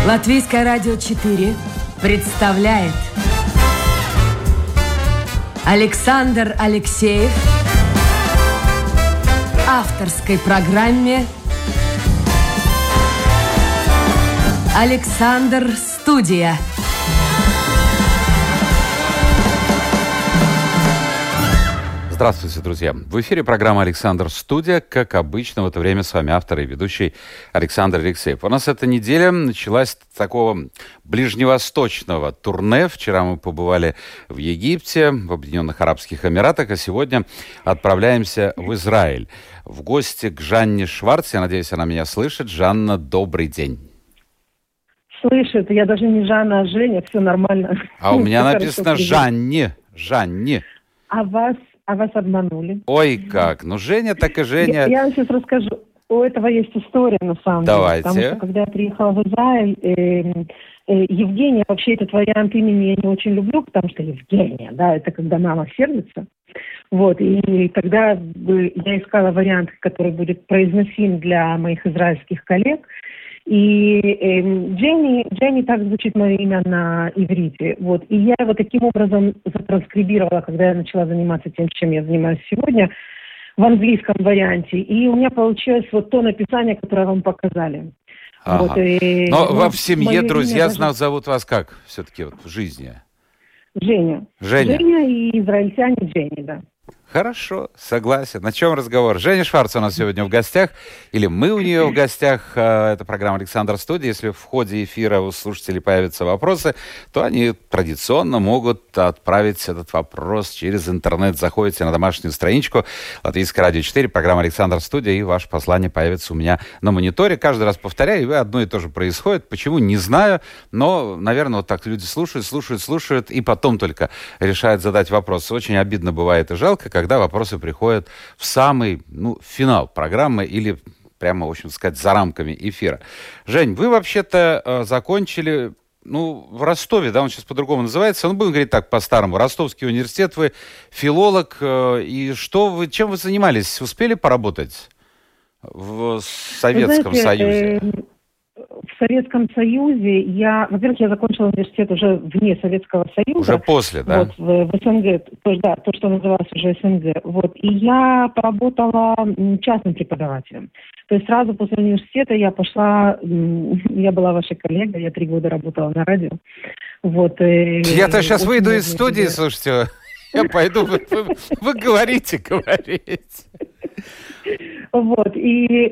Латвийское радио 4 представляет Александр Алексеев в авторской программе «Александр Студия». Здравствуйте, друзья. В эфире программа «Александр Студия». Как обычно, в это время с вами автор и ведущий Александр Алексеев. У нас эта неделя началась с такого ближневосточного турне. Вчера мы побывали в Египте, в Объединенных Арабских Эмиратах, а сегодня отправляемся в Израиль. В гости к Жанне Шварц. Я надеюсь, она меня слышит. Жанна, добрый день. Слышит. Я даже не Жанна, а Женя. Все нормально. А у меня написано Жанне. Жанне. А вас обманули. Ой, как. Ну, Женя, так и Женя. Я вам сейчас расскажу. У этого есть история, на самом Давайте. деле. Потому что, когда я приехала в Израиль, Евгения, вообще этот вариант имени я не очень люблю, потому что Евгения, да, это когда мама сердится. Вот, и тогда я искала вариант, который будет произносим для моих израильских коллег. И Дженни, так звучит мое имя на иврите. Вот. И я его таким образом затранскрибировала, когда я начала заниматься тем, чем я занимаюсь сегодня, в английском варианте. И у меня получилось вот то написание, которое вам показали. Ага. Вот, но в семье, друзья, даже... зовут вас как все-таки вот, в жизни? Женя. Женя и израильтяне Дженни, да. Хорошо, согласен. На чем разговор? Женя Шварц у нас сегодня в гостях, или мы у нее в гостях. Это программа «Александр Студия». Если в ходе эфира у слушателей появятся вопросы, то они традиционно могут отправить этот вопрос через интернет. Заходите на домашнюю страничку Латвийское радио 4, программа «Александр Студия», и ваше послание появится у меня на мониторе. Каждый раз повторяю, и одно и то же происходит. Почему? Не знаю, но, наверное, вот так люди слушают, и потом только решают задать вопрос. Очень обидно бывает и жалко, когда вопросы приходят в самый финал программы или прямо, в общем сказать, за рамками эфира. Жень, вы вообще-то закончили, в Ростове, да, он сейчас по-другому называется, будем говорить так по-старому, Ростовский университет, вы филолог, и чем вы занимались? Успели поработать в Советском Союзе? В Советском Союзе во-первых, я закончила университет уже вне Советского Союза. Уже после, да? Вот, в СНГ, то, что называлось уже СНГ. Вот, и я поработала частным преподавателем. То есть сразу после университета я была вашей коллегой, я 3 года работала на радио. Вот, я-то сейчас выйду из студии, слушайте, я пойду, вы говорите. Вот, и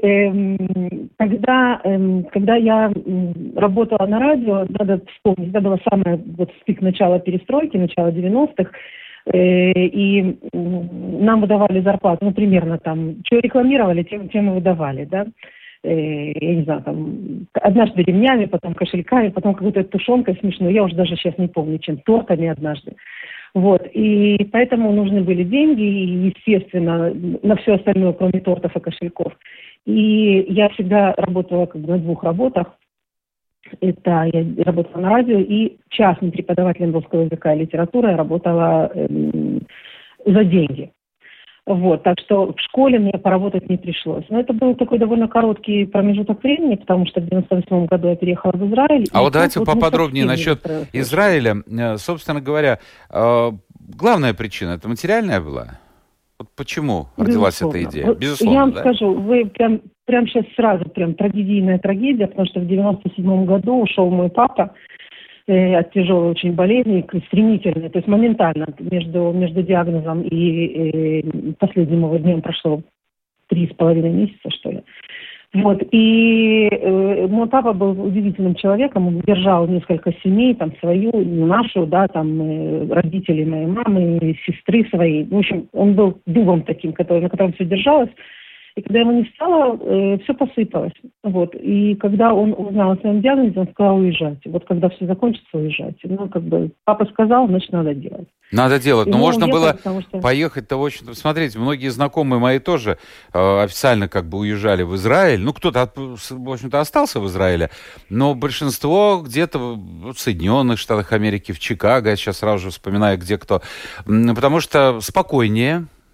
когда я работала на радио, надо вспомнить, это было самое пик начала перестройки, начала 90-х, и нам выдавали зарплату, примерно там, что рекламировали, тем и выдавали, да. Я не знаю, там, однажды ремнями, потом кошельками, потом какой-то тушенкой смешной, я уже даже сейчас не помню, чем, тортами однажды. Вот, и поэтому нужны были деньги, и, естественно, на все остальное, кроме тортов и кошельков. И я всегда работала на 2 работах. Это я работала на радио, и частным преподавателем русского языка и литературы я работала за деньги. Вот, так что в школе мне поработать не пришлось. Но это был такой довольно короткий промежуток времени, потому что в 98 году я переехала в Израиль. А вот давайте поподробнее насчет Израиля. Собственно говоря, главная причина, это материальная была? Вот почему родилась эта идея? Безусловно, я вам скажу, вы прям сейчас сразу трагедийная трагедия, потому что в 97 году ушел мой папа от тяжелой очень болезни, стремительной, то есть моментально между диагнозом и последним его днем прошло 3,5 месяца, что ли. Вот, и мой папа был удивительным человеком, он держал несколько семей, там, свою, нашу, да, там, родителей моей мамы, сестры своей. В общем, он был дубом таким, на котором все держалось. И когда его не стало, все посыпалось. Вот. И когда он узнал о своем диагнозе, он сказал уезжать. Вот когда все закончится, уезжать. Папа сказал, значит, надо делать. Надо делать. Но можно было что... поехать-то очень... Смотрите, многие знакомые мои тоже официально уезжали в Израиль. Кто-то, в общем-то, остался в Израиле. Но большинство где-то в Соединенных Штатах Америки, в Чикаго. Я сейчас сразу же вспоминаю, где кто. Потому что спокойнее.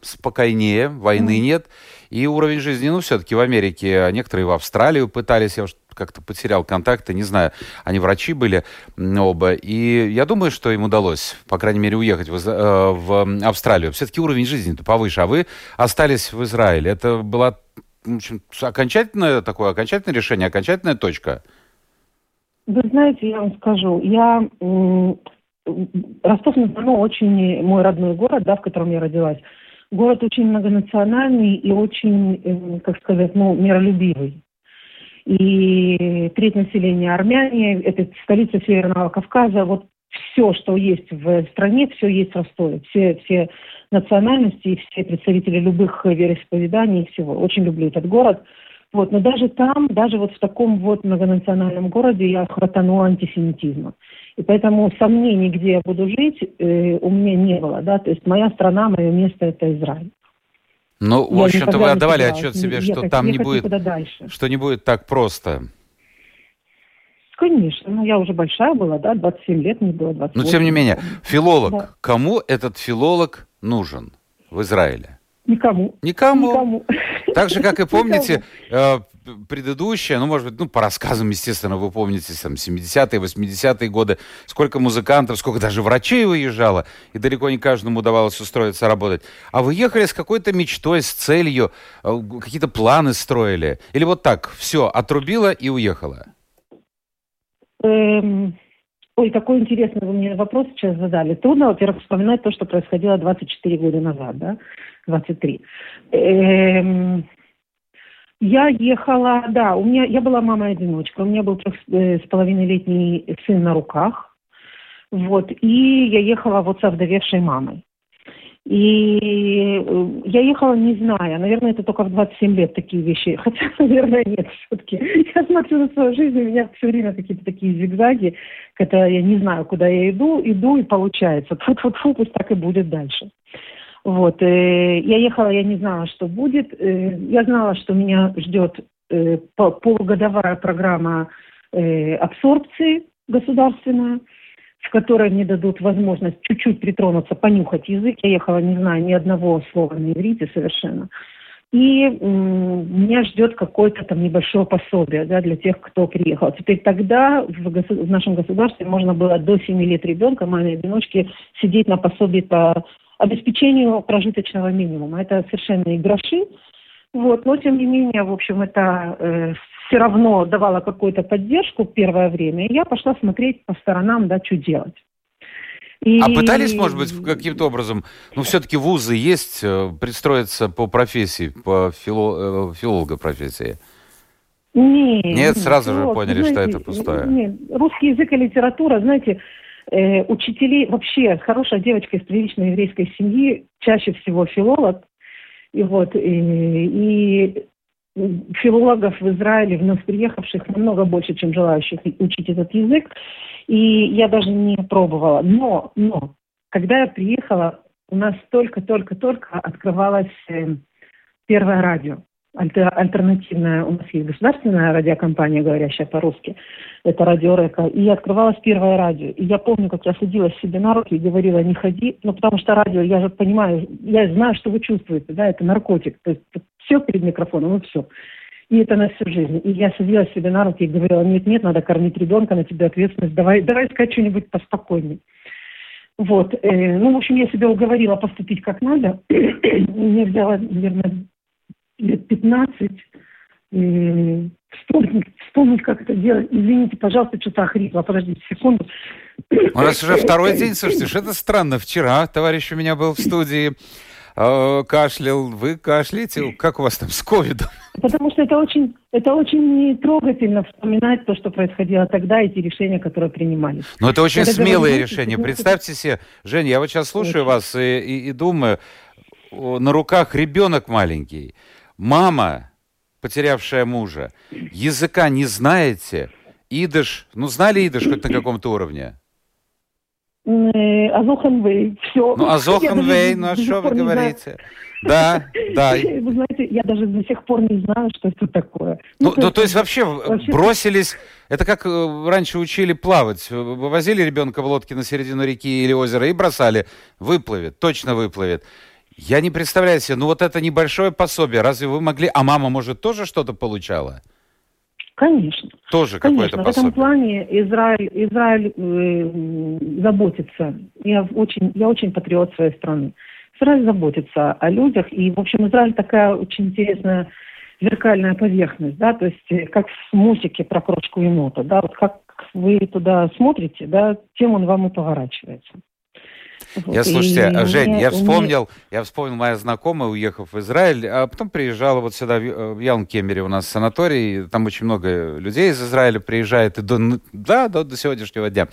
спокойнее, войны нет, и уровень жизни, ну, все-таки в Америке, а некоторые в Австралию пытались, я уж как-то потерял контакты, не знаю, они врачи были оба, и я думаю, что им удалось, по крайней мере, уехать в Австралию. Все-таки уровень жизни-то повыше, а вы остались в Израиле. Это было, в общем, окончательное решение, окончательная точка? Вы знаете, я вам скажу, Ростов-на-Дону очень мой родной город, да, в котором я родилась. Город очень многонациональный и очень, как сказать, миролюбивый. И треть населения армяне, это столица Северного Кавказа. Вот все, что есть в стране, все есть в Ростове. Все национальности и все представители любых вероисповеданий и всего. Очень люблю этот город. Вот, но даже там, даже вот в таком вот многонациональном городе я хватанула антисемитизма. И поэтому сомнений, где я буду жить, у меня не было. Да? То есть моя страна, мое место – это Израиль. Ну, в общем-то, вы отдавали отчет себе, что там не будет, что не будет так просто. Конечно. Ну, я уже большая была, да, 27 лет мне было, 28. Но, тем не менее, филолог. Да. Кому этот филолог нужен в Израиле? Никому. Никому. Так же, как и помните, предыдущее, ну, может быть, по рассказам, естественно, вы помните, там, 70-е, 80-е годы, сколько музыкантов, сколько даже врачей уезжало, и далеко не каждому удавалось устроиться работать. А вы ехали с какой-то мечтой, с целью, какие-то планы строили? Или вот так, все, отрубила и уехала? Ой, какой интересный вы мне вопрос сейчас задали. Трудно, во-первых, вспоминать то, что происходило 24 года назад, да, 23. Я ехала, да, я была мамой-одиночкой, у меня был 3,5-летний сын на руках, вот, и я ехала вот со вдовевшей мамой. И я ехала, не зная, наверное, это только в 27 лет такие вещи, хотя, наверное, нет все-таки. Я смотрю на свою жизнь, у меня все время какие-то такие зигзаги, когда я не знаю, куда я иду, и получается. Фу-фу-фу, пусть так и будет дальше. Вот, я ехала, я не знала, что будет. Я знала, что меня ждет полугодовая программа абсорбции государственная, в которой мне дадут возможность чуть-чуть притронуться, понюхать язык. Я ехала, не знаю, ни одного слова на иврите совершенно. И меня ждет какое-то там небольшое пособие, да, для тех, кто приехал. Теперь тогда в нашем государстве можно было до 7 лет ребенка, маме-одиночке, сидеть на пособии по обеспечению прожиточного минимума. Это совершенно не гроши. Вот. Но, тем не менее, в общем, это все равно давало какую-то поддержку первое время. И я пошла смотреть по сторонам, да, что делать. А пытались, может быть, каким-то образом, все-таки вузы есть, пристроиться по профессии, по филолога профессии? Нет, сразу же поняли, знаете, что это пустое. Нет, русский язык и литература, знаете, учителей, вообще, хорошая девочка из приличной еврейской семьи, чаще всего филолог, и филологов в Израиле, вновь приехавших, намного больше, чем желающих учить этот язык. И я даже не пробовала. Но, когда я приехала, у нас только открывалось первое радио. Альтернативная, у нас есть государственная радиокомпания, говорящая по-русски. Это радио Река. И открывалось первое радио. И я помню, как я садилась себе на руки и говорила: не ходи. Потому что радио, я же понимаю, я знаю, что вы чувствуете, да, это наркотик. То есть все перед микрофоном, все. И это на всю жизнь. И я садилась себе на руки и говорила: нет, надо кормить ребенка, на тебя ответственность, давай искать что-нибудь поспокойнее. Вот. В общем, я себя уговорила поступить как надо. Мне взяло, наверное, лет 15 вспомнить, как это делать. Извините, пожалуйста, что-то охрипло. Подождите секунду. У нас уже второй день, слушайте, что это странно. Вчера товарищ у меня был в студии, кашлял, вы кашляете. Как у вас там с ковидом? Потому что это очень трогательно вспоминать то, что происходило тогда, и те решения, которые принимались. Но это очень смелые решения. Представьте себе, Женя, я вот сейчас слушаю вас и думаю, на руках ребенок маленький, мама, потерявшая мужа, языка не знаете, идыш, знали идыш хоть на каком-то уровне? Азохенвей, все. Азохенвей, а что вы говорите? Да. Вы знаете, я даже до сих пор не знаю, что это такое. То есть вообще бросились, это как раньше учили плавать, вывозили ребенка в лодке на середину реки или озера и бросали, выплывет, точно выплывет. Я не представляю себе, ну вот это небольшое пособие, разве вы могли... А мама, может, тоже что-то получала? Конечно. Тоже Конечно, какое-то в этом пособие? плане Израиль заботится. Я очень патриот своей страны. Израиль заботится о людях. И, в общем, Израиль такая очень интересная зеркальная поверхность, да, то есть как в мультике про крошку енота, да, вот как вы туда смотрите, да, тем он вам и поворачивается. Вот. Слушайте, Жень, я мне... вспомнил, моя знакомая, уехав в Израиль, а потом приезжала вот сюда, в Ялнкемере у нас санаторий, там очень много людей из Израиля приезжает, и до сегодняшнего дня.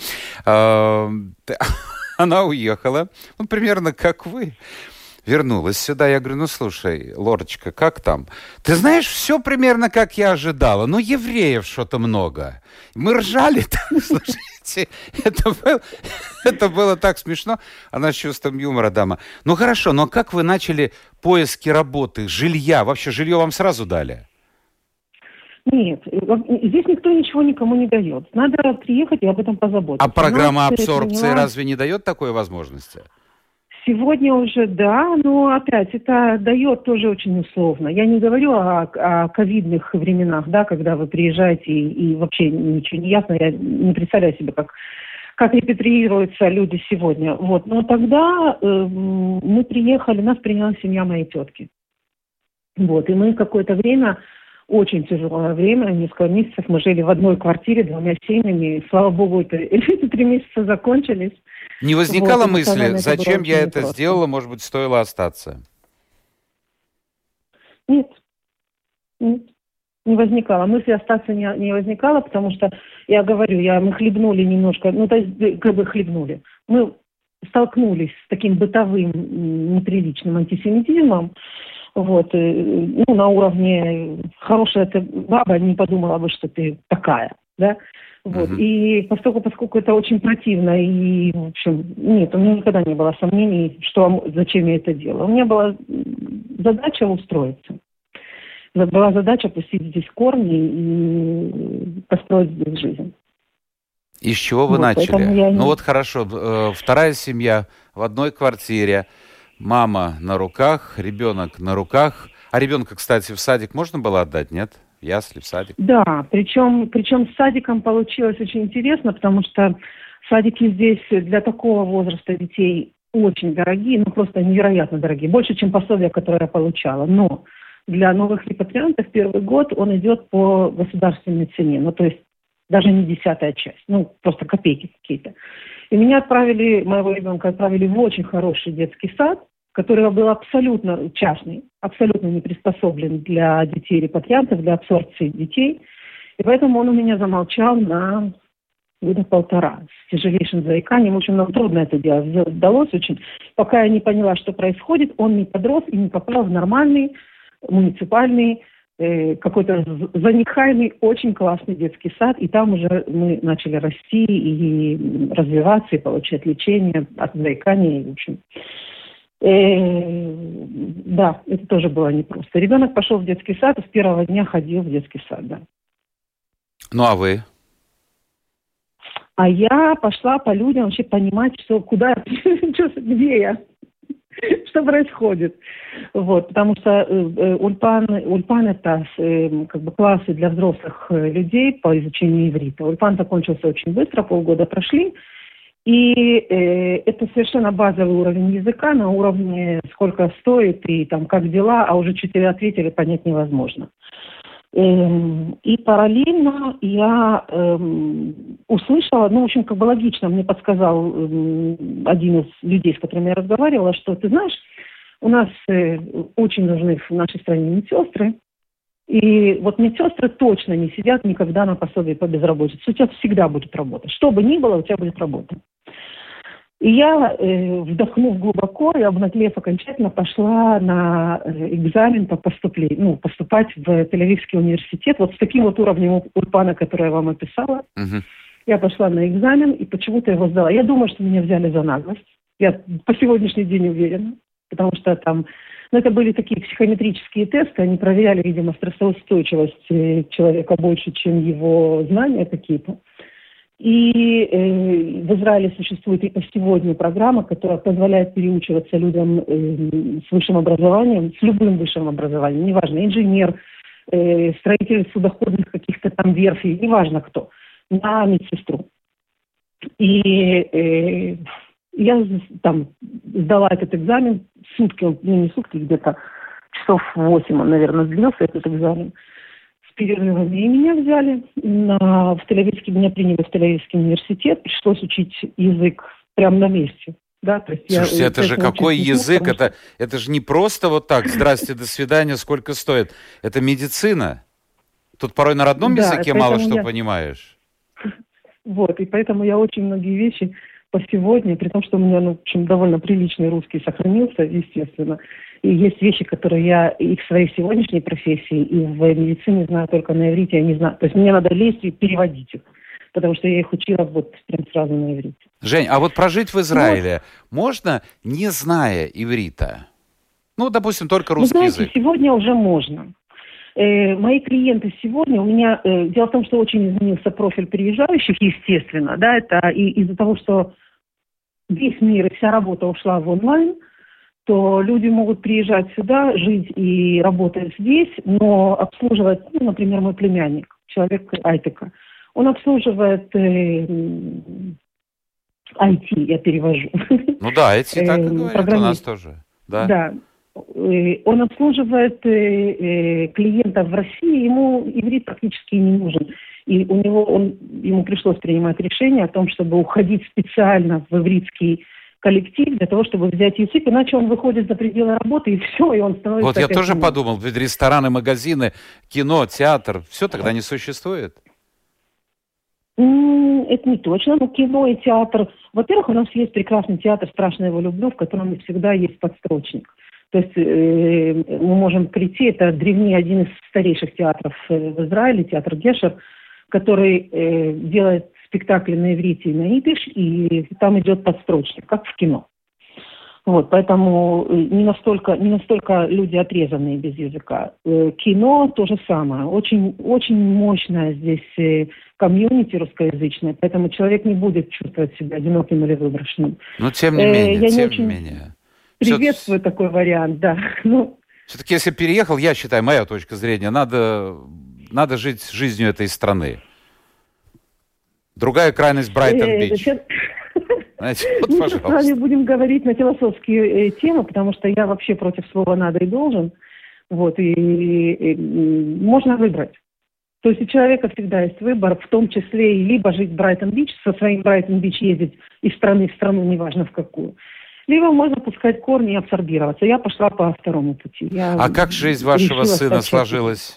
Она уехала, ну, примерно как вы. Вернулась сюда, я говорю, ну, слушай, Лорочка, как там? Ты знаешь, все примерно как я ожидала, но евреев что-то много. Мы ржали там, слушайте, это было так смешно. Она с чувством юмора, дама. Ну, хорошо, но как вы начали поиски работы, жилья? Вообще, жилье вам сразу дали? Нет, здесь никто ничего никому не дает. Надо приехать и об этом позаботиться. А программа абсорбции разве не дает такой возможности? Сегодня уже да, но опять это дает тоже очень условно. Я не говорю о ковидных временах, да, когда вы приезжаете и вообще ничего не ясно. Я не представляю себе, как репатриируются люди сегодня. Вот. Но тогда мы приехали, нас приняла семья моей тетки. Вот. И мы какое-то время, очень тяжелое время, несколько месяцев мы жили в одной квартире, 2 семьями. И, слава богу, эти 3 месяца закончились. Не возникало вот, мысли, зачем я это сделала, может быть, стоило остаться? Нет, не возникало. Мысли остаться не возникало, потому что, я говорю, мы хлебнули немножко, ну, то есть, как бы хлебнули. Мы столкнулись с таким бытовым, неприличным антисемитизмом, вот, ну, на уровне хорошая ты баба не подумала бы, что ты такая, да. Вот. И поскольку это очень противно, и, в общем, нет, у меня никогда не было сомнений, зачем я это делала. У меня была задача устроиться. Была задача пустить здесь корни и построить здесь жизнь. И с чего вы начали? Ну вот хорошо, вторая семья в одной квартире, мама на руках, ребенок на руках. А ребенка, кстати, в садик можно было отдать, нет? В ясли, в садик? Да, причем с садиком получилось очень интересно, потому что садики здесь для такого возраста детей очень дорогие, ну просто невероятно дорогие, больше, чем пособие, которое я получала. Но для новых репатриантов первый год он идет по государственной цене, ну то есть даже не 10-я часть, ну просто копейки какие-то. И моего ребенка отправили в очень хороший детский сад, который был абсолютно частный, абсолютно не приспособлен для детей-репатриантов, для абсорбции детей. И поэтому он у меня замолчал на года 1,5 с тяжелейшим заиканием. В общем, нам трудно это сделать удалось очень. Пока я не поняла, что происходит, он не подрос и не попал в нормальный, муниципальный, какой-то заникальный, очень классный детский сад. И там уже мы начали расти и развиваться, и получать лечение от заикания. В общем, да, это тоже было непросто. Ребенок пошел в детский сад и с первого дня ходил в детский сад, да. Ну, а вы? А я пошла по людям вообще понимать, где я, что происходит. Вот, потому что Ульпан это как бы классы для взрослых людей по изучению иврита. Ульпан закончился очень быстро, полгода прошли. И это совершенно базовый уровень языка, на уровне сколько стоит и там как дела, а уже чуть ли ответили, понять невозможно. И параллельно я услышала, ну, в общем, как бы логично, мне подсказал один из людей, с которыми я разговаривала, что, ты знаешь, у нас очень нужны в нашей стране медсестры. И вот медсестры точно не сидят никогда на пособии по безработице. У тебя всегда будет работа. Что бы ни было, у тебя будет работа. И я, вдохнув глубоко и обнаглев окончательно, пошла на экзамен по поступлению, поступать в Тель-Авивский университет. Вот с таким вот уровнем Ульпана, который я вам описала. Я пошла на экзамен и почему-то его сдала. Я думаю, что меня взяли за наглость. Я по сегодняшний день уверена. Потому что там... это были такие психометрические тесты, они проверяли, видимо, стрессоустойчивость человека больше, чем его знания какие-то. И в Израиле существует и по сегодня программа, которая позволяет переучиваться людям с высшим образованием, с любым высшим образованием, неважно, инженер, строитель судоходных каких-то там верфей, неважно кто, на медсестру. И я там сдала этот экзамен, сутки, не сутки, где-то часов 8 он, наверное, длился, этот экзамен, с перерывами. И меня взяли меня приняли в Тель-Авивский университет, пришлось учить язык прямо на месте. Да, то есть слушайте, это же какой язык, это же не просто вот так, здрасте, до свидания, сколько стоит. Это медицина. Тут порой на родном языке мало что понимаешь. Вот, и поэтому я очень многие вещи по сегодня, при том, что у меня, в общем, довольно приличный русский сохранился, естественно. И есть вещи, которые я и в своей сегодняшней профессии, и в медицине знаю только на иврите, я не знаю. То есть мне надо лезть и переводить их, потому что я их учила вот прям сразу на иврите. Жень, а вот прожить в Израиле можно, не зная иврита? Ну, допустим, только русский язык. Сегодня уже можно. Мои клиенты сегодня, у меня, дело в том, что очень изменился профиль приезжающих, естественно, да, это и из-за того, что весь мир и вся работа ушла в онлайн, то люди могут приезжать сюда, жить и работать здесь, но обслуживать, например, мой племянник, человек Айтека, он обслуживает IT, я перевожу. Ну да, IT так и говорят у нас тоже. Да. Он обслуживает клиентов в России, ему иврит практически не нужен. И ему пришлось принимать решение о том, чтобы уходить специально в ивритский коллектив для того, чтобы взять язык, иначе он выходит за пределы работы, и все, и он становится... Вот я тоже подумал, ведь рестораны, магазины, кино, театр, все тогда не существует? Это не точно, но кино и театр... Во-первых, у нас есть прекрасный театр «Страшно его люблю», в котором всегда есть подстрочник. То есть мы можем прийти, это один из старейших театров в Израиле, театр Гешер, который делает спектакли на иврите и на идиш, и там идет подстрочник, как в кино. Вот, поэтому не настолько люди отрезанные без языка. Кино то же самое. Очень, очень мощное здесь комьюнити русскоязычное, поэтому человек не будет чувствовать себя одиноким или выброшенным. Но тем не менее, приветствую такой вариант, да. Все-таки, если переехал, я считаю, моя точка зрения, надо жить жизнью этой страны. Другая крайность Брайтон-Бич. Знаете, вот, мы с вами будем говорить на философские темы, потому что я вообще против слова «надо» и «должен». Вот, и можно выбрать. То есть у человека всегда есть выбор, в том числе и либо жить в Брайтон-Бич, со своим Брайтон-Бич ездить из страны в страну, неважно в какую, либо можно пускать корни и абсорбироваться. Я пошла по второму пути. А как жизнь вашего сына сложилась?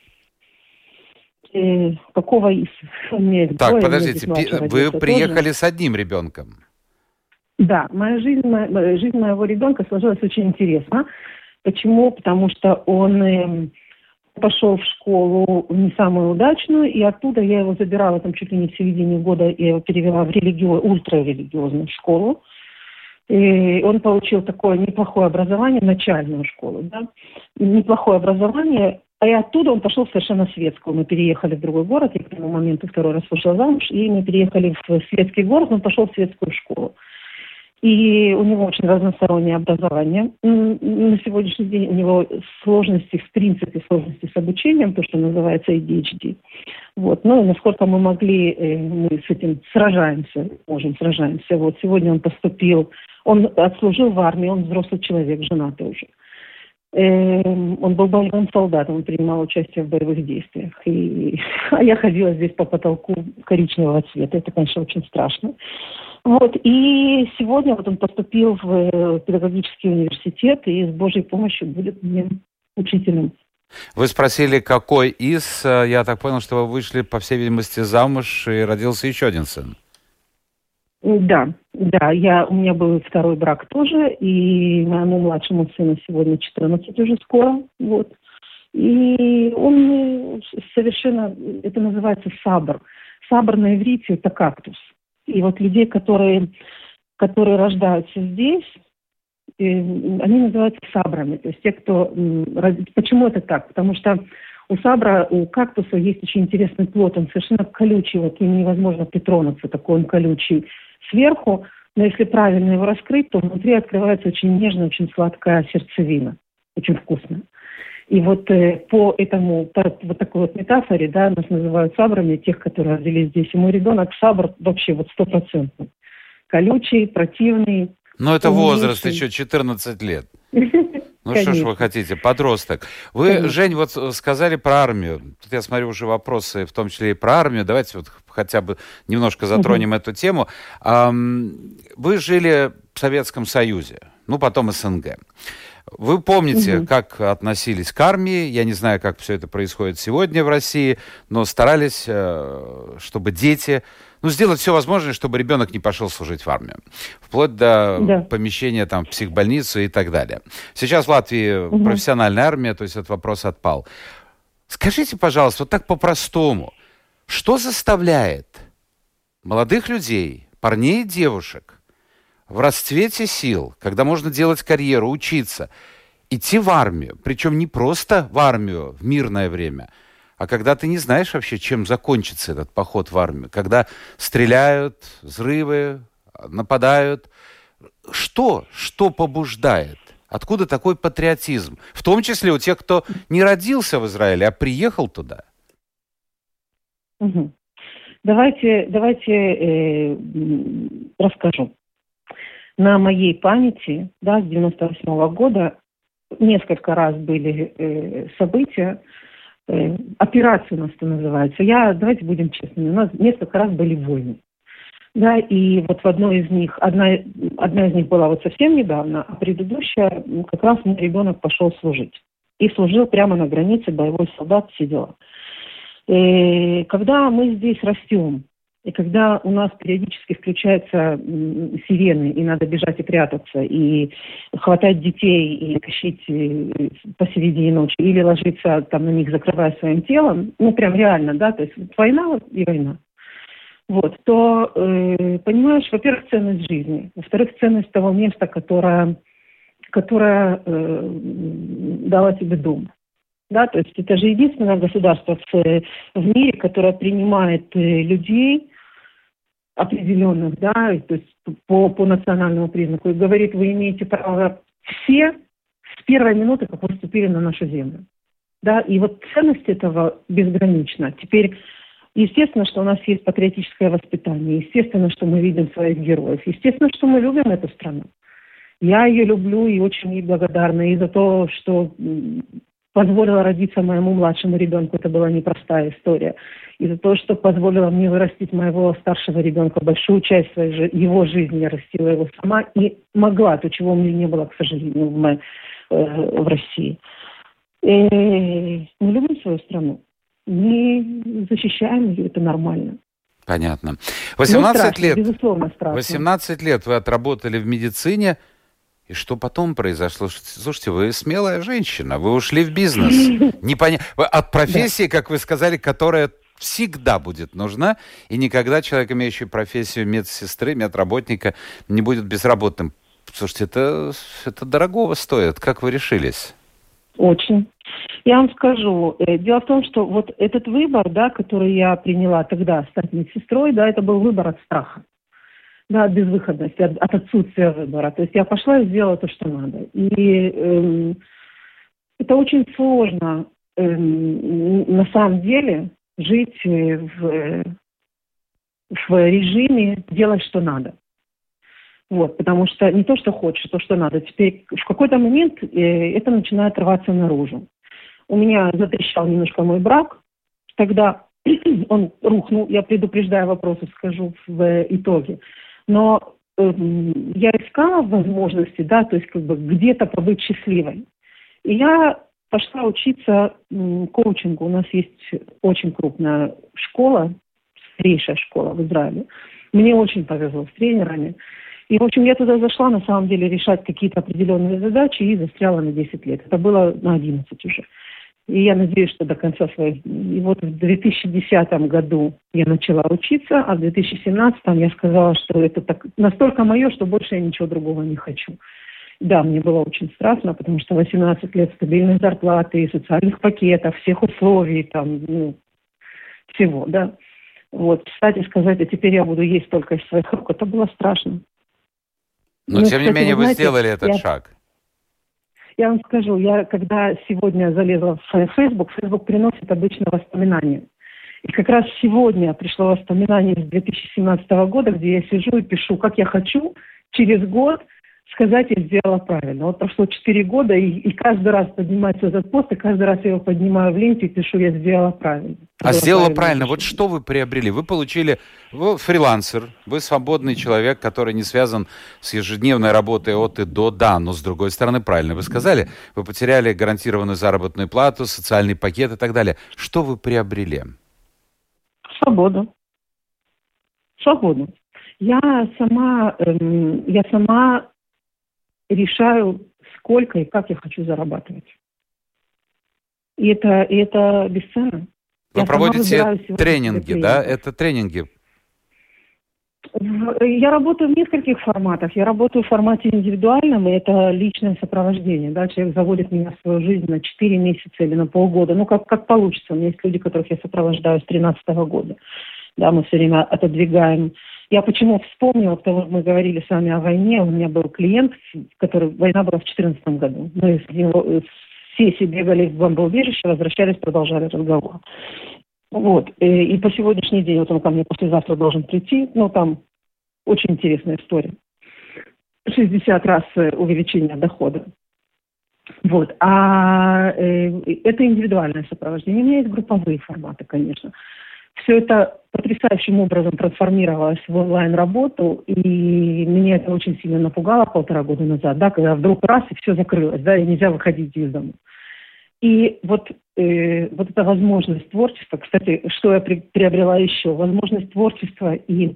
Какого из? Так, подождите, вы приехали тоже с одним ребенком? Да, жизнь моего ребенка сложилась очень интересно. Почему? Потому что он пошел в школу не самую удачную, и оттуда я его забирала там чуть ли не в середине года, я его перевела в ультрарелигиозную школу. И он получил такое неплохое образование, начальную школу, да, неплохое образование, и оттуда он пошел в совершенно светскую. Мы переехали в другой город, я к тому моменту второй раз вышла замуж, и мы переехали в светский город, он пошел в светскую школу. И у него очень разностороннее образование. На сегодняшний день у него сложности, в принципе, сложности с обучением, то, что называется ADHD. Вот. Ну и насколько мы могли, мы с этим сражаемся. Вот сегодня он поступил, он отслужил в армии, он взрослый человек, женатый уже. Он был боевым солдатом, он принимал участие в боевых действиях. А я ходила здесь по потолку коричневого цвета. Это, конечно, очень страшно. Вот, и сегодня вот он поступил в педагогический университет и с Божьей помощью будет мне учителем. Вы спросили, какой из, я так понял, что вы вышли, по всей видимости, замуж и родился еще один сын. Да, у меня был второй брак тоже, и моему младшему сыну сегодня 14 уже скоро, вот. И он совершенно, это называется сабр. Сабр на иврите это кактус. И вот людей, которые рождаются здесь, они называются сабрами. То есть те, кто... Почему это так? Потому что У сабра, у кактуса есть очень интересный плод, он совершенно колючий, вот им невозможно притронуться, такой он колючий сверху, но если правильно его раскрыть, то внутри открывается очень нежная, очень сладкая сердцевина, очень вкусная. И вот по вот такой вот метафоре, да, нас называют сабрами, тех, которые родились здесь. И мой ребенок сабр вообще вот 100%. Колючий, противный. Но это возраст, еще 14 лет. Ну что ж вы хотите, подросток. Вы, Жень, вот сказали про армию. Тут я смотрю уже вопросы, в том числе и про армию. Давайте вот хотя бы немножко затронем эту тему. Вы жили в Советском Союзе, ну потом СНГ. Вы помните, как относились к армии? Я не знаю, как все это происходит сегодня в России, но старались, чтобы дети... сделать все возможное, чтобы ребенок не пошел служить в армию. Вплоть до помещения там, в психбольницу и так далее. Сейчас в Латвии профессиональная армия, то есть этот вопрос отпал. Скажите, пожалуйста, вот так по-простому, что заставляет молодых людей, парней и девушек в расцвете сил, когда можно делать карьеру, учиться, идти в армию, причем не просто в армию в мирное время, а когда ты не знаешь вообще, чем закончится этот поход в армию, когда стреляют, взрывы, нападают. Что побуждает? Откуда такой патриотизм? В том числе у тех, кто не родился в Израиле, а приехал туда. Давайте расскажу. На моей памяти, да, с 98-го года несколько раз были события, операции у нас это называется. Давайте будем честными, у нас несколько раз были войны. Да, и вот в одной из них, одна из них была вот совсем недавно, а предыдущая, как раз мой ребенок пошел служить. И служил прямо на границе, боевой солдат, все дела. И когда мы здесь растем, и когда у нас периодически включаются сирены, и надо бежать и прятаться, и хватать детей, и тащить посередине ночи, или ложиться там на них, закрывая своим телом, прям реально, да, то есть война и война. Вот, то, понимаешь, во-первых, ценность жизни, во-вторых, ценность того места, которое дало тебе дом. Да, то есть это же единственное государство в мире, которое принимает людей определенных, да, то есть по национальному признаку, и говорит, вы имеете право все с первой минуты, как вы вступили на нашу землю. Да, и вот ценность этого безгранична. Теперь, естественно, что у нас есть патриотическое воспитание, естественно, что мы видим своих героев, естественно, что мы любим эту страну. Я ее люблю и очень ей благодарна, и за то, что позволила родиться моему младшему ребенку, это была непростая история. И за то, что позволила мне вырастить моего старшего ребенка, большую часть его жизни я растила его сама и могла, то, чего у меня не было, к сожалению, в России. Мы любим свою страну, мы защищаем ее, это нормально. Понятно. 18 лет. Безусловно, страшно. 18 лет вы отработали в медицине. И что потом произошло? Слушайте, вы смелая женщина, вы ушли в бизнес. От профессии, как вы сказали, которая всегда будет нужна, и никогда человек, имеющий профессию медсестры, медработника, не будет безработным. Слушайте, это дорогого стоит. Как вы решились? Очень. Я вам скажу. Дело в том, что вот этот выбор, да, который я приняла тогда, стать медсестрой, да, это был выбор от страха. Да, от безвыходности, от отсутствия выбора. То есть я пошла и сделала то, что надо. И это очень сложно на самом деле жить в режиме делать, что надо. Вот, потому что не то, что хочешь, а то, что надо. Теперь в какой-то момент это начинает рваться наружу. У меня затрещал немножко мой брак. Тогда он рухнул. Я предупреждая вопросы, скажу в итоге. Но я искала возможности, да, то есть как бы где-то побыть счастливой. И я пошла учиться коучингу. У нас есть очень крупная школа, старейшая школа в Израиле. Мне очень повезло с тренерами. И, в общем, я туда зашла, на самом деле, решать какие-то определенные задачи и застряла на 10 лет. Это было на 11 уже. И я надеюсь, что до конца своей... И вот в 2010 году я начала учиться, а в 2017 я сказала, что это так настолько мое, что больше я ничего другого не хочу. Да, мне было очень страшно, потому что 18 лет стабильной зарплаты, социальных пакетов, всех условий, там, всего, да. Вот, кстати сказать, а теперь я буду есть только из своих рук, это было страшно. Но, тем не кстати, менее, вы знаете, сделали этот шаг. Я вам скажу, я когда сегодня залезла в Facebook приносит обычно воспоминания. И как раз сегодня пришло воспоминание из 2017 года, где я сижу и пишу, как я хочу через год сказать, я сделала правильно. Вот прошло 4 года, и каждый раз поднимается этот пост, и каждый раз я его поднимаю в ленте и пишу, я сделала правильно. А сделала правильно. Вот что вы приобрели? Вы фрилансер, вы свободный человек, который не связан с ежедневной работой от и до, да, но с другой стороны, правильно вы сказали, вы потеряли гарантированную заработную плату, социальный пакет и так далее. Что вы приобрели? Свободу. Я сама решаю, сколько и как я хочу зарабатывать. И это бесценно. Вы проводите тренинги, да? Это тренинги. Я работаю в нескольких форматах. Я работаю в формате индивидуальном, и это личное сопровождение. Да? Человек заводит меня в свою жизнь на 4 месяца или на полгода. Как получится. У меня есть люди, которых я сопровождаю с 2013 года. Да, мы все время отодвигаем. Я почему вспомнила, потому что мы говорили с вами о войне. У меня был клиент, война была в 2014 году. Мы с него сессии бегали в бомбоубежище, возвращались, продолжали разговор. Вот. И по сегодняшний день, вот он ко мне послезавтра должен прийти, там очень интересная история. 60 раз увеличение дохода. Вот. Это индивидуальное сопровождение. У меня есть групповые форматы, конечно. Все это потрясающим образом трансформировалось в онлайн-работу, и меня это очень сильно напугало 1,5 года назад, да, когда вдруг раз и все закрылось, да, и нельзя выходить из дома. И вот эта возможность творчества, кстати, что я приобрела еще, возможность творчества и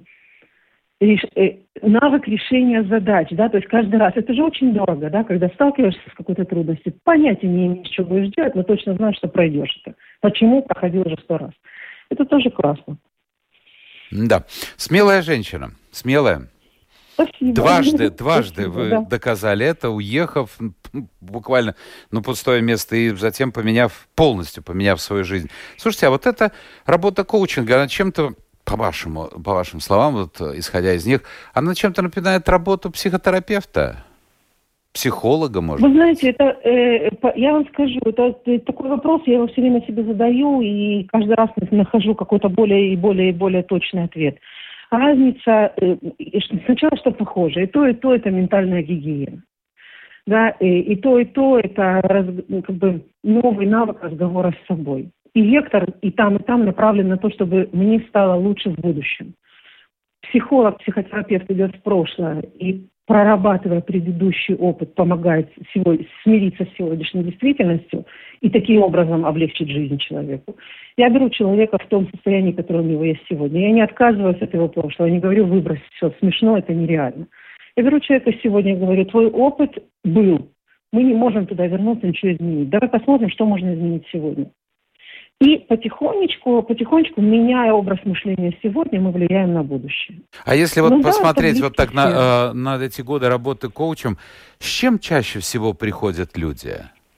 навык решения задач, да, то есть каждый раз, это же очень дорого, да, когда сталкиваешься с какой-то трудностью, понятия не имеешь, что будешь делать, но точно знаешь, что пройдешь это. Почему? Проходил уже 100 раз. Это тоже классно. Да. Смелая женщина. Смелая. Спасибо. Дважды вы доказали это, уехав буквально пустое место и затем полностью поменяв свою жизнь. Слушайте, а вот эта работа коучинга, она чем-то, по вашим словам, исходя из них, она чем-то напоминает работу психотерапевта? Психолога, может быть? Вы знаете, я вам скажу, это такой вопрос, я его все время себе задаю, и каждый раз нахожу какой-то более и более точный ответ. Разница, сначала что похоже, и то это ментальная гигиена. Да, и то это новый навык разговора с собой. И вектор и там направлен на то, чтобы мне стало лучше в будущем. Психолог, психотерапевт идет в прошлое и, прорабатывая предыдущий опыт, помогает смириться с сегодняшней действительностью и таким образом облегчить жизнь человеку. Я беру человека в том состоянии, которое у него есть сегодня. Я не отказываюсь от его прошлого, я не говорю выбрось все, смешно, это нереально. Я беру человека сегодня и говорю, твой опыт был, мы не можем туда вернуться, ничего изменить. Давай посмотрим, что можно изменить сегодня. И потихонечку, меняя образ мышления сегодня, мы влияем на будущее. А если посмотреть так на эти годы работы коучем, с чем чаще всего приходят люди?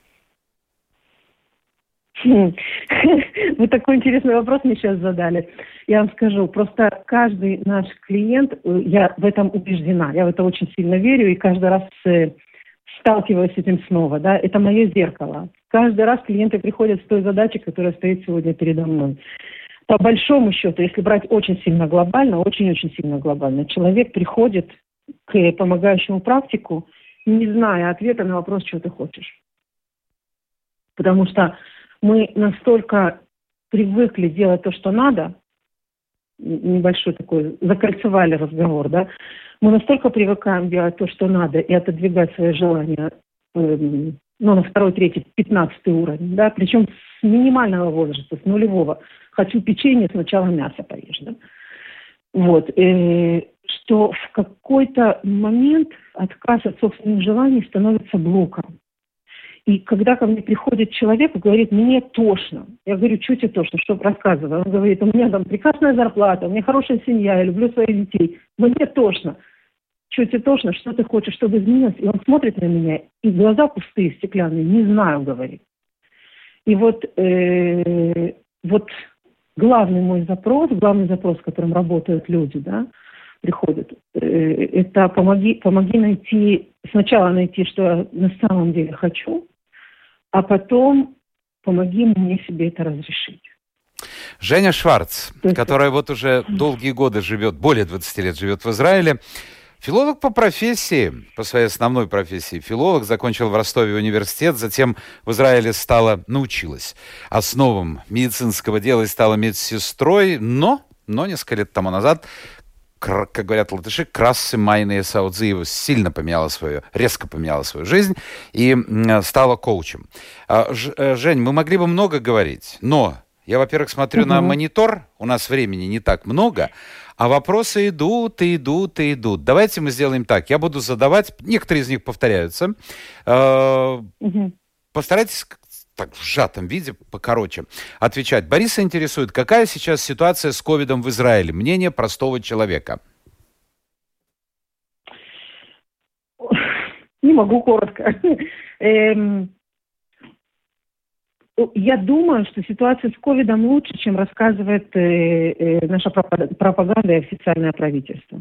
Вы такой интересный вопрос мне сейчас задали. Я вам скажу, просто каждый наш клиент, я в этом убеждена, я в это очень сильно верю, и каждый раз сталкиваюсь с этим снова, да, это мое зеркало. Каждый раз клиенты приходят с той задачей, которая стоит сегодня передо мной. По большому счету, если брать очень сильно глобально, очень-очень сильно глобально, человек приходит к помогающему практику, не зная ответа на вопрос, что ты хочешь. Потому что мы настолько привыкли делать то, что надо, небольшой такой, закольцевали разговор, да, мы настолько привыкаем делать то, что надо, и отодвигать свои желания, на 2, 3, 15 уровень, да, причем с минимального возраста, с нулевого. Хочу печенье, сначала мясо поешь, да. Вот, что в какой-то момент отказ от собственных желаний становится блоком. И когда ко мне приходит человек и говорит, мне тошно. Я говорю, что тебе тошно, что рассказываю? Он говорит, у меня там прекрасная зарплата, у меня хорошая семья, я люблю своих детей. Мне тошно. что тебе тошно, что ты хочешь, чтобы изменилось. И он смотрит на меня, и глаза пустые, стеклянные, не знаю, говорит. И вот главный мой запрос, с которым работают люди, да, приходят, это помоги сначала найти, что я на самом деле хочу, а потом помоги мне себе это разрешить. Женя Шварц, которая вот уже долгие годы живет, более 20 лет живет в Израиле, филолог по профессии, по своей основной профессии филолог, закончил в Ростове университет, затем в Израиле научилась основам медицинского дела и стала медсестрой, но несколько лет тому назад, как говорят латыши, крассы майные саудзиевы резко поменяла свою жизнь и стала коучем. Жень, мы могли бы много говорить, но я, во-первых, смотрю на монитор, у нас времени не так много, а вопросы идут и идут и идут. Давайте мы сделаем так. Я буду задавать, некоторые из них повторяются. Постарайтесь так в сжатом виде, покороче, отвечать. Бориса интересует, какая сейчас ситуация с ковидом в Израиле? Мнение простого человека. Не могу коротко. Я думаю, что ситуация с ковидом лучше, чем рассказывает наша пропаганда и официальное правительство.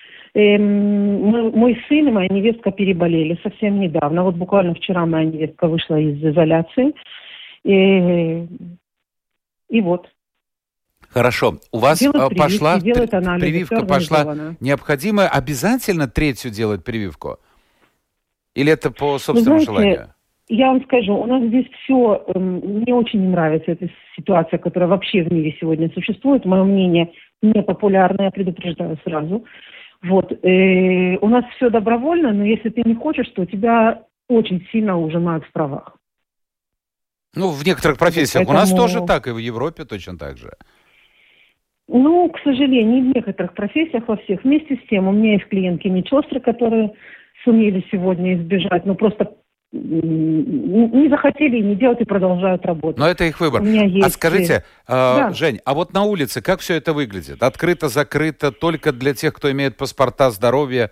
Мой сын и моя невестка переболели совсем недавно. Вот буквально вчера моя невестка вышла из изоляции. И вот. Хорошо. У вас пошла прививка, необходимо обязательно третью делать прививку? Или это по собственному желанию? Я вам скажу, у нас здесь все, мне очень не нравится эта ситуация, которая вообще в мире сегодня существует. Мое мнение непопулярное, я предупреждаю сразу. Вот. У нас все добровольно, но если ты не хочешь, то тебя очень сильно ужимают в правах. Ну, в некоторых профессиях. Поэтому... У нас тоже так, и в Европе точно так же. Ну, к сожалению, не в некоторых профессиях, во всех. Вместе с тем, у меня есть клиентки медсестры, которые сумели сегодня избежать, но просто не захотели и не делать, и продолжают работать. Но это их выбор. А скажите, Жень, а вот на улице как все это выглядит? Открыто, закрыто, только для тех, кто имеет паспорта здоровья?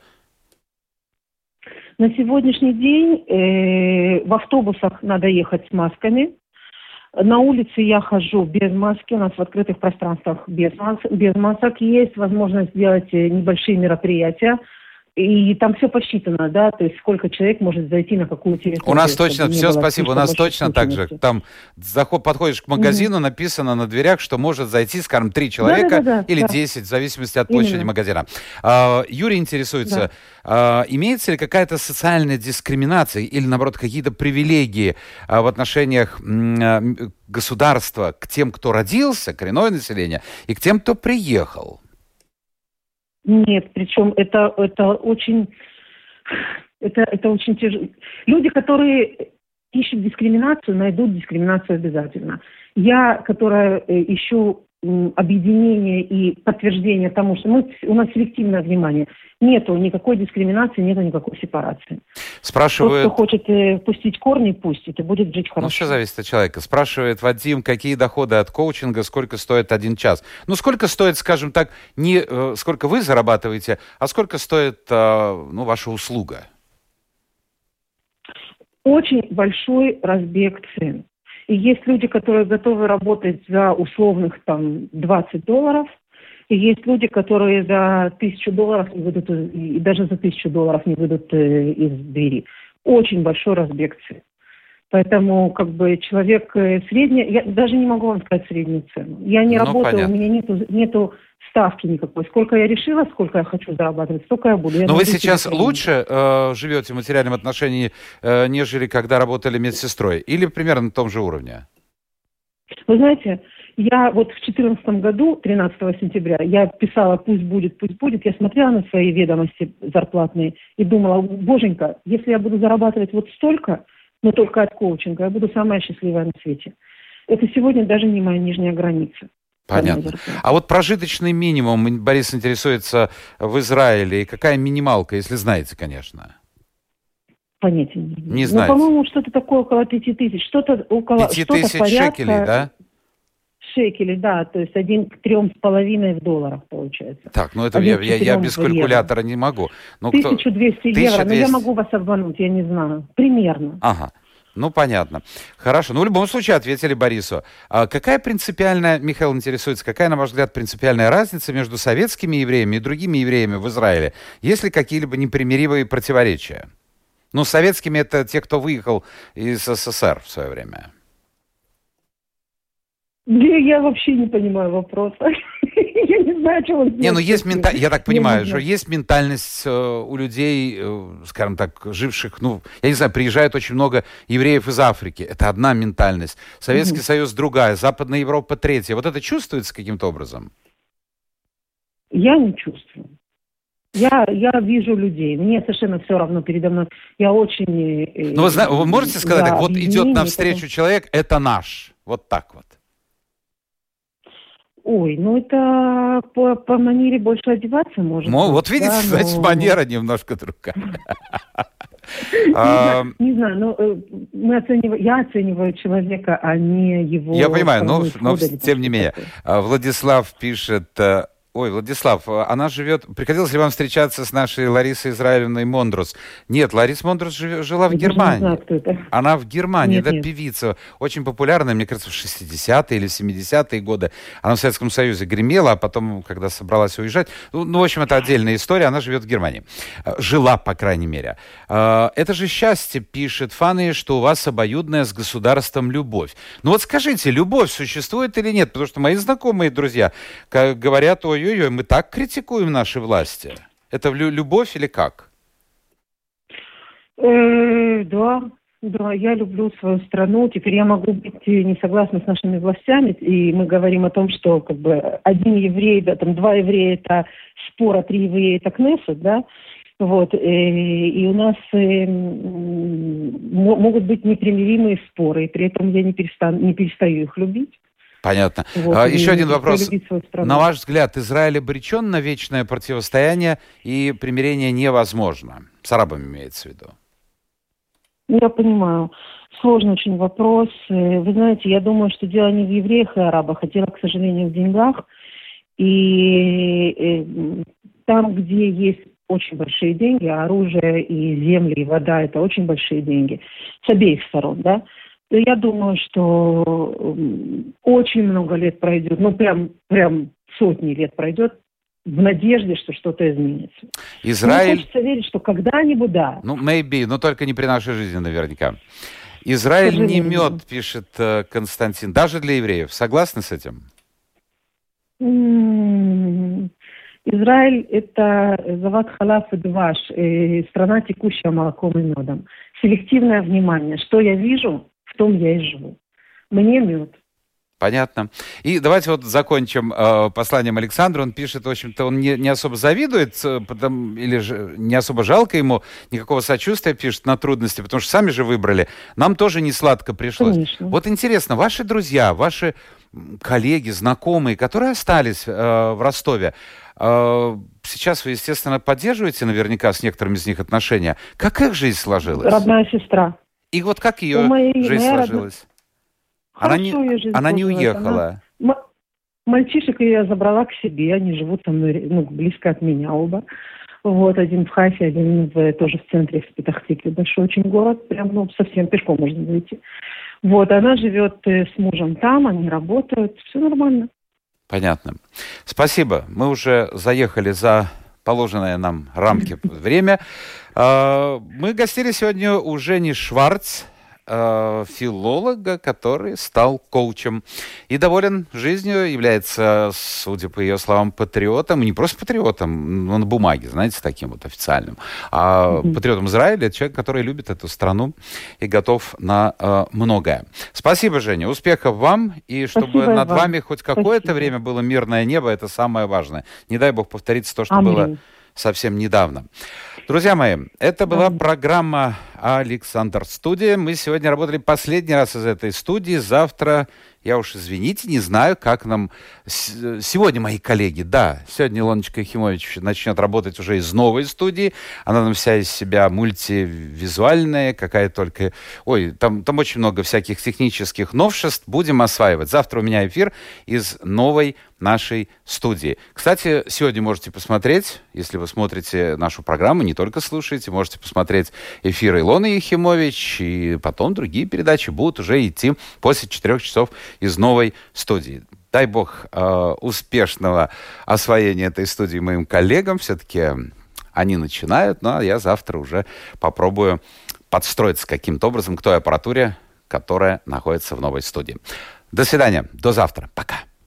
На сегодняшний день в автобусах надо ехать с масками. На улице я хожу без маски, у нас в открытых пространствах без масок. Есть возможность сделать небольшие мероприятия. И там все посчитано, да, то есть сколько человек может зайти на какую территорию. У нас точно, все, спасибо, у нас точно так же. Там подходишь к магазину, написано на дверях, что может зайти, скажем, 3 человека или 10, в зависимости от площади магазина. Юрий интересуется, имеется ли какая-то социальная дискриминация или, наоборот, какие-то привилегии в отношениях государства к тем, кто родился, коренное население, и к тем, кто приехал? Нет, причем это очень тяжело. Люди, которые ищут дискриминацию, найдут дискриминацию обязательно. Я, которая ищу объединение и подтверждение тому, что у нас селективное внимание. Нету никакой дискриминации, нету никакой сепарации. Спрашивают... Тот, кто хочет пустить корни, пусть, и будет жить хорошо. Ну, все зависит от человека. Спрашивает Вадим, какие доходы от коучинга, сколько стоит 1 час? Ну, сколько стоит, скажем так, не сколько вы зарабатываете, а сколько стоит ваша услуга? Очень большой разбег цен. И есть люди, которые готовы работать за условных $20, и есть люди, которые за $1000 не выйдут, и даже за $1000 не выйдут из двери. Очень большой разбег цен. Поэтому, человек средний, я даже не могу вам сказать среднюю цену. Я не работаю, понятно. У меня нету ставки никакой. Сколько я решила, сколько я хочу зарабатывать, столько я буду. Но вы сейчас лучше живете в материальном отношении, нежели когда работали медсестрой? Или примерно на том же уровне? Вы знаете, я вот в 2014 году, 13 сентября, я писала «Пусть будет». Я смотрела на свои ведомости зарплатные и думала: боженька, если я буду зарабатывать вот столько, но только от коучинга, я буду самая счастливая на свете. Это сегодня даже не моя нижняя граница. Понятно. А вот прожиточный минимум, Борис интересуется, в Израиле, и какая минималка, если знаете, конечно? Понятия не имею. Не знаете. По-моему, что-то такое около 5000. Что-то около... 5000 шекелей, да? шекелей, да, то есть 1 к 3,5 в долларах получается. Так, ну это 1 к я без 4 калькулятора не могу. Ну, 1200 евро, но 1200. я могу вас обмануть, я не знаю. Примерно. Ага. Ну, понятно. Хорошо. Ну, в любом случае, ответили Борису. А какая принципиальная, Михаил интересуется, какая, на ваш взгляд, принципиальная разница между советскими евреями и другими евреями в Израиле? Есть ли какие-либо непримиримые противоречия? Ну, советскими это те, кто выехал из СССР в свое время. Я вообще не понимаю вопроса. Я не знаю, что он Не, ну есть я так понимаю, что есть ментальность у людей, скажем так, живших, ну, я не знаю, приезжает очень много евреев из Африки. Это одна ментальность. Советский Союз другая, Западная Европа третья. Вот это чувствуется каким-то образом? Я не чувствую. Я вижу людей. Мне совершенно все равно передо мной. Я очень... Ну, вы можете сказать, так, вот идет навстречу человек, это наш. Вот так вот. Ой, ну это по манере больше одеваться может быть. Вот видите, да, значит, манера немножко другая. Не знаю, но я оцениваю человека, а не его... Я понимаю, но тем не менее. Владислав пишет... Ой, Владислав, она живет... Приходилось ли вам встречаться с нашей Ларисой Израилевной Мондрус? Нет, Лариса Мондрус жила в Германии. Не знаю, кто это. Она в Германии, нет. Певица, очень популярная, мне кажется, в 60-е или 70-е годы. Она в Советском Союзе гремела, а потом, когда собралась уезжать... Ну, в общем, это отдельная история, она живет в Германии. Жила, по крайней мере. Это же счастье, пишет Фанни, что у вас обоюдная с государством любовь. Ну вот скажите, любовь существует или нет? Потому что мои знакомые друзья говорят, ой, мы так критикуем наши власти. Это любовь или как? Да, я люблю свою страну. Теперь я могу быть не согласна с нашими властями, и мы говорим о том, что как бы один еврей, да, там 2 еврея это спор, а 3 еврея это Кнессет, да. Вот, и у нас могут быть непримиримые споры, и при этом я не перестаю их любить. Понятно. Вот, еще один вопрос. На ваш взгляд, Израиль обречен на вечное противостояние и примирение невозможно? С арабами имеется в виду. Я понимаю. Сложный очень вопрос. Вы знаете, я думаю, что дело не в евреях и арабах, а дело, к сожалению, в деньгах. И там, где есть очень большие деньги, оружие и земли, и вода – это очень большие деньги. С обеих сторон, да? Я думаю, что очень много лет пройдет, ну прям сотни лет пройдет, в надежде, что что-то изменится. Израиль... Мне хочется верить, что когда-нибудь, да. Ну, maybe, но только не при нашей жизни наверняка. Израиль не мед, пишет Константин, даже для евреев. Согласны с этим? Израиль – это завод халаф и дваш, страна, текущая молоком и медом. Селективное внимание. Что я вижу, в том я и живу. Мне мед. Понятно. И давайте вот закончим посланием Александра. Он пишет, в общем-то, он не особо завидует, или же не особо жалко ему, никакого сочувствия пишет на трудности, потому что сами же выбрали. Нам тоже не сладко пришлось. Конечно. Вот интересно, ваши друзья, ваши коллеги, знакомые, которые остались в Ростове, сейчас вы, естественно, поддерживаете наверняка с некоторыми из них отношения. Как их жизнь сложилась? Родная сестра. И вот как ее жизнь сложилась? Она не уехала. Мальчишек я забрала к себе, они живут со мной, близко от меня оба. Вот, один в Хайфе, один тоже в центре, в Петах-Тикве, большой очень город, прям, совсем пешком можно зайти. Вот, она живет с мужем там, они работают, все нормально. Понятно. Спасибо. Мы уже заехали за положенные нам рамки время. Мы гостили сегодня у Жени Шварц, филолога, который стал коучем и доволен жизнью, является, судя по ее словам, патриотом, и не просто патриотом, но на бумаге, знаете, таким вот официальным, а патриотом Израиля, это человек, который любит эту страну и готов на многое. Спасибо, Женя, успехов вам, и чтобы Спасибо над вам. вами хоть какое-то время было мирное небо, это самое важное. Не дай бог повторится то, что было совсем недавно. Друзья мои, это была программа «Александр Студия». Мы сегодня работали последний раз из этой студии. Завтра Я уж, извините, не знаю, как нам... Сегодня мои коллеги, да, сегодня Илоночка Ехимович начнет работать уже из новой студии. Она нам вся из себя мультивизуальная, какая только... Ой, там очень много всяких технических новшеств. Будем осваивать. Завтра у меня эфир из новой нашей студии. Кстати, сегодня можете посмотреть, если вы смотрите нашу программу, не только слушаете, можете посмотреть эфир Илоны Ехимович, и потом другие передачи будут уже идти после 4 часов из новой студии. Дай бог успешного освоения этой студии моим коллегам. Все-таки они начинают, ну а я завтра уже попробую подстроиться каким-то образом к той аппаратуре, которая находится в новой студии. До свидания, до завтра, пока.